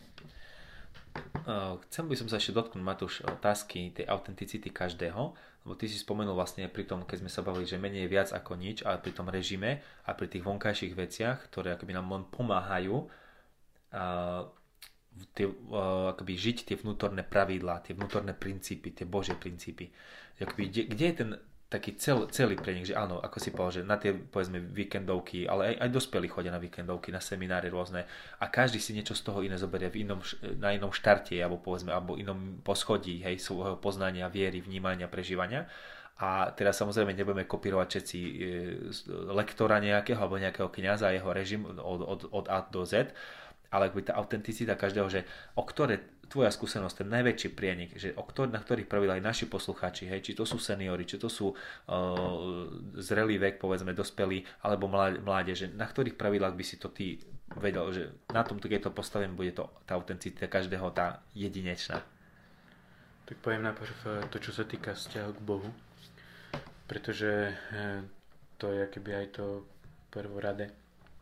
Chcem by som sa ešte dotknúť, Matúš, otázky tej autenticity každého, lebo ty si spomenul vlastne pri tom, keď sme sa bavili, že menej je viac ako nič, ale pri tom režime a pri tých vonkajších veciach, ktoré akoby nám pomáhajú uh, tie, uh, akoby žiť tie vnútorné pravidlá, tie vnútorné princípy, tie Božie princípy. Akoby, kde, kde je ten taký cel, celý prenik, že áno, ako si povedal, že na tie, povedzme, víkendovky, ale aj, aj dospelí chodia na víkendovky, na semináre rôzne a každý si niečo z toho iné zoberie v inom, na inom štarte, alebo povedzme, alebo inom poschodí, hej, svojho poznania, viery, vnímania, prežívania. A teraz samozrejme nebudeme kopírovať všetci e, lektora nejakého, alebo nejakého kňaza a jeho režim od, od, od A do Z, ale akoby tá autenticita každého, že o ktoré tvoja skúsenosť, ten najväčší prienik, že o ktor- na ktorých pravidlách aj naši poslucháči, hej, či to sú seniori, či to sú uh, zrelý vek, povedzme, dospelí, alebo mládeže, na ktorých pravidlách by si to ty vedel, že na tomto, keď to postavím, bude to tá autenticita každého, tá jedinečná. Tak poviem najprv to, čo sa týka vzťahu k Bohu, pretože to je akoby aj to prvorade.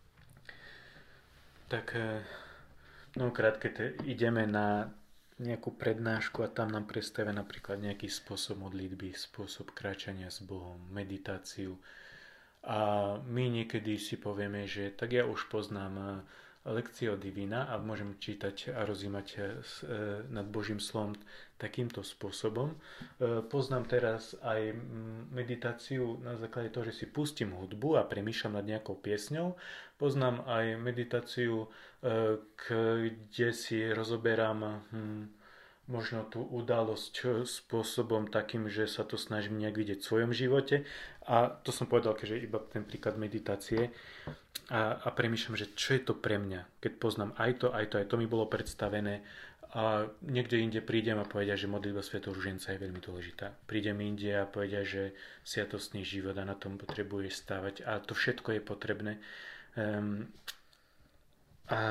Tak mnohokrát, keď ideme na nejakú prednášku a tam nám predstavia napríklad nejaký spôsob modlitby, spôsob kráčania s Bohom, meditáciu. A my niekedy si povieme, že tak ja už poznám Lectio Divina a môžem čítať a rozímať nad Božím slovom takýmto spôsobom. Poznám teraz aj meditáciu na základe toho, že si pustím hudbu a premýšľam nad nejakou piesňou. Poznám aj meditáciu, kde si rozoberám hm, možno tú udalosť spôsobom takým, že sa to snažím nejak vidieť v svojom živote. A to som povedal, že iba ten príklad meditácie. A, a premýšľam, že čo je to pre mňa, keď poznám aj to, aj to, aj to mi bolo predstavené. A niekde inde prídem a povedia, že modlitba svätého ruženca je veľmi dôležitá. Prídem inde a povedia, že sviatostný život a na tom potrebuješ stávať. A to všetko je potrebné. Um, a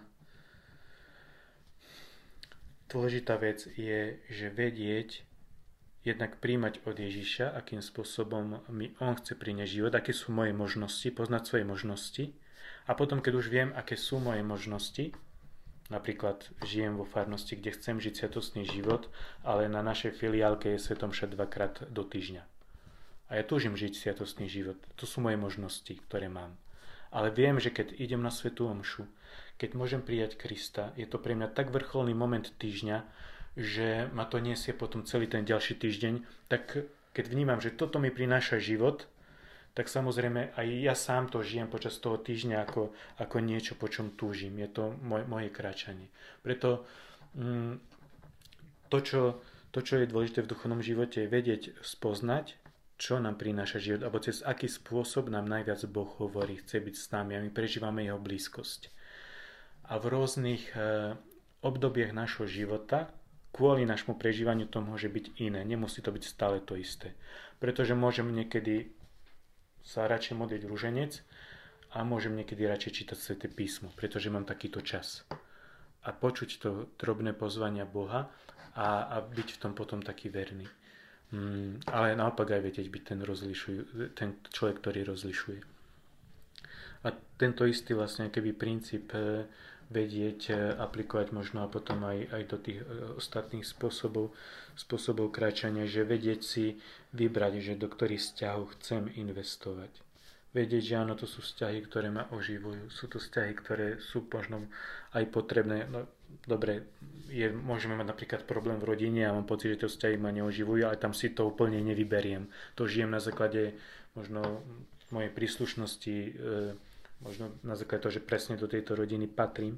dôležitá vec je, že vedieť, jednak príjmať od Ježiša, akým spôsobom mi on chce priniesť život, aké sú moje možnosti, poznať svoje možnosti. A potom, keď už viem, aké sú moje možnosti, napríklad žijem vo farnosti, kde chcem žiť sviatostný život, ale na našej filiálke je svätá omša dvakrát do týždňa. A ja túžim žiť sviatostný život. To sú moje možnosti, ktoré mám. Ale viem, že keď idem na svätú omšu, keď môžem prijať Krista, je to pre mňa tak vrcholný moment týždňa, že ma to nesie potom celý ten ďalší týždeň, tak keď vnímam, že toto mi prináša život, tak samozrejme aj ja sám to žijem počas toho týždňa ako, ako niečo, po čom túžim. Je to moj, moje kráčanie. Preto mm, to, čo, to, čo je dôležité v duchovnom živote, je vedieť spoznať, čo nám prináša život, alebo cez aký spôsob nám najviac Boh hovorí, chce byť s nami a my prežívame jeho blízkosť. A v rôznych e, obdobiach našho života kvôli našmu prežívaniu to môže byť iné. Nemusí to byť stále to isté. Pretože môžem niekedy sa radšej modliť ruženec a môžem niekedy radšej čítať Sväté písmo, pretože mám takýto čas. A počuť to drobné pozvania Boha a, a byť v tom potom taký verný. Mm, ale naopak aj vedieť byť ten, rozlišuj, ten človek, ktorý rozlišuje. A tento istý vlastne keby princíp e, vedieť e, aplikovať možno a potom aj, aj do tých e, ostatných spôsobov, spôsobov kráčania, že vedieť si vybrať, že do ktorých vzťahov chcem investovať. Vedieť, že áno, to sú vzťahy, ktoré ma oživujú. Sú to vzťahy, ktoré sú možno aj potrebné. No, dobre, je, môžeme mať napríklad problém v rodine a mám pocit, že tie vzťahy ma neoživujú, ale tam si to úplne nevyberiem. To žijem na základe možno mojej príslušnosti, e, možno na základe toho, že presne do tejto rodiny patrím.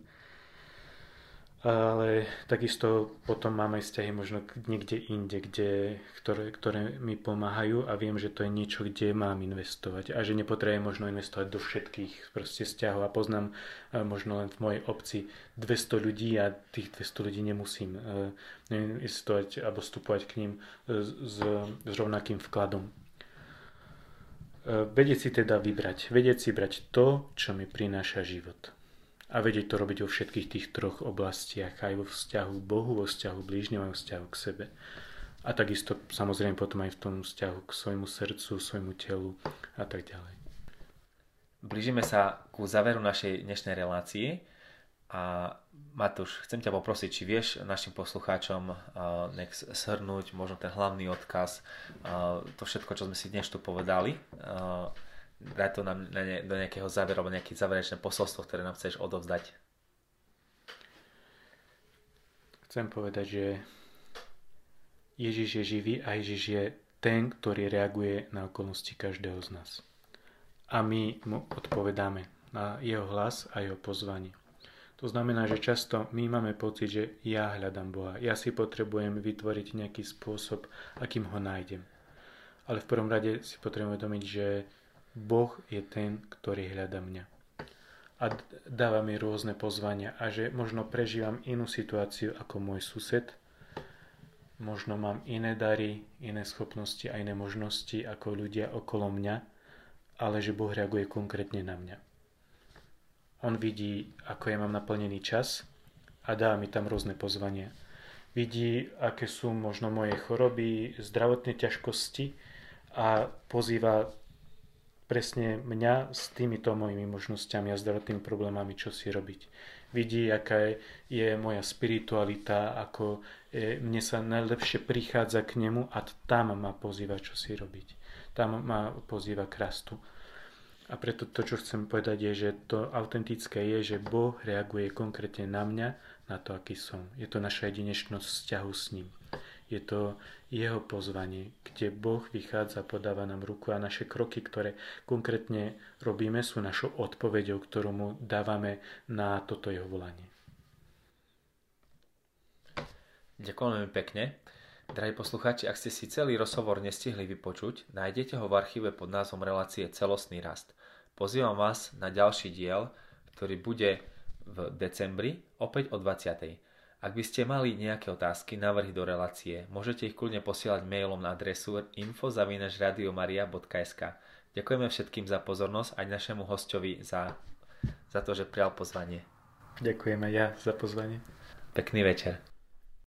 Ale takisto potom mám aj vzťahy možno niekde inde, kde, ktoré, ktoré mi pomáhajú a viem, že to je niečo, kde mám investovať a že nepotrebujem možno investovať do všetkých proste vzťahov a poznám možno len v mojej obci dvesto ľudí a tých dvesto ľudí nemusím investovať alebo vstupovať k ním s, s rovnakým vkladom. Vedieť si teda vybrať, vedieť si brať to, čo mi prináša život. A vedieť to robiť vo všetkých tých troch oblastiach, aj vo vzťahu k Bohu, vo vzťahu k blížnemu, aj vo vzťahu k sebe. A takisto samozrejme potom aj v tom vzťahu k svojmu srdcu, svojmu telu a tak ďalej. Blížime sa ku záveru našej dnešnej relácie a Matúš, chcem ťa poprosiť, či vieš našim poslucháčom uh, nech shrnúť možno ten hlavný odkaz, uh, to všetko, čo sme si dnes tu povedali, uh, daj to nám na ne, do nejakého záveru alebo nejaké záverečné posolstvo, ktoré nám chceš odovzdať. Chcem povedať, že Ježiš je živý a Ježiš je ten, ktorý reaguje na okolnosti každého z nás. A my mu odpovedáme na jeho hlas a jeho pozvanie. To znamená, že často my máme pocit, že ja hľadám Boha. Ja si potrebujem vytvoriť nejaký spôsob, akým ho nájdem. Ale v prvom rade si potrebujem uvedomiť, že Boh je ten, ktorý hľadá mňa. A dáva mi rôzne pozvania a že možno prežívam inú situáciu ako môj sused, možno mám iné dary, iné schopnosti a iné možnosti ako ľudia okolo mňa, ale že Boh reaguje konkrétne na mňa. On vidí, ako ja mám naplnený čas a dá mi tam rôzne pozvania. Vidí, aké sú možno moje choroby, zdravotné ťažkosti a pozýva presne mňa s týmito mojimi možnosťami a zdravotnými problémami, čo si robiť. Vidí, aká je moja spiritualita, ako je, mne sa najlepšie prichádza k nemu a tam ma pozýva, čo si robiť. Tam ma pozýva k rastu. A preto to, čo chcem povedať, je, že to autentické je, že Boh reaguje konkrétne na mňa, na to, aký som. Je to naša jedinečnosť vzťahu s ním. Je to jeho pozvanie, kde Boh vychádza, podáva nám ruku a naše kroky, ktoré konkrétne robíme, sú našou odpoveďou, ktorú mu dávame na toto jeho volanie. Ďakujem veľmi pekne. Drahí poslucháči, ak ste si celý rozhovor nestihli vypočuť, nájdete ho v archíve pod názvom relácie Celostný rast. Pozývam vás na ďalší diel, ktorý bude v decembri, opäť o dvadsiatej Ak by ste mali nejaké otázky, návrhy do relácie, môžete ich kľudne posielať mailom na adresu info zavináč radiomaria bodka es ká. Ďakujeme všetkým za pozornosť aj našemu hosťovi za, za to, že prijal pozvanie. Ďakujem aj ja za pozvanie. Pekný večer.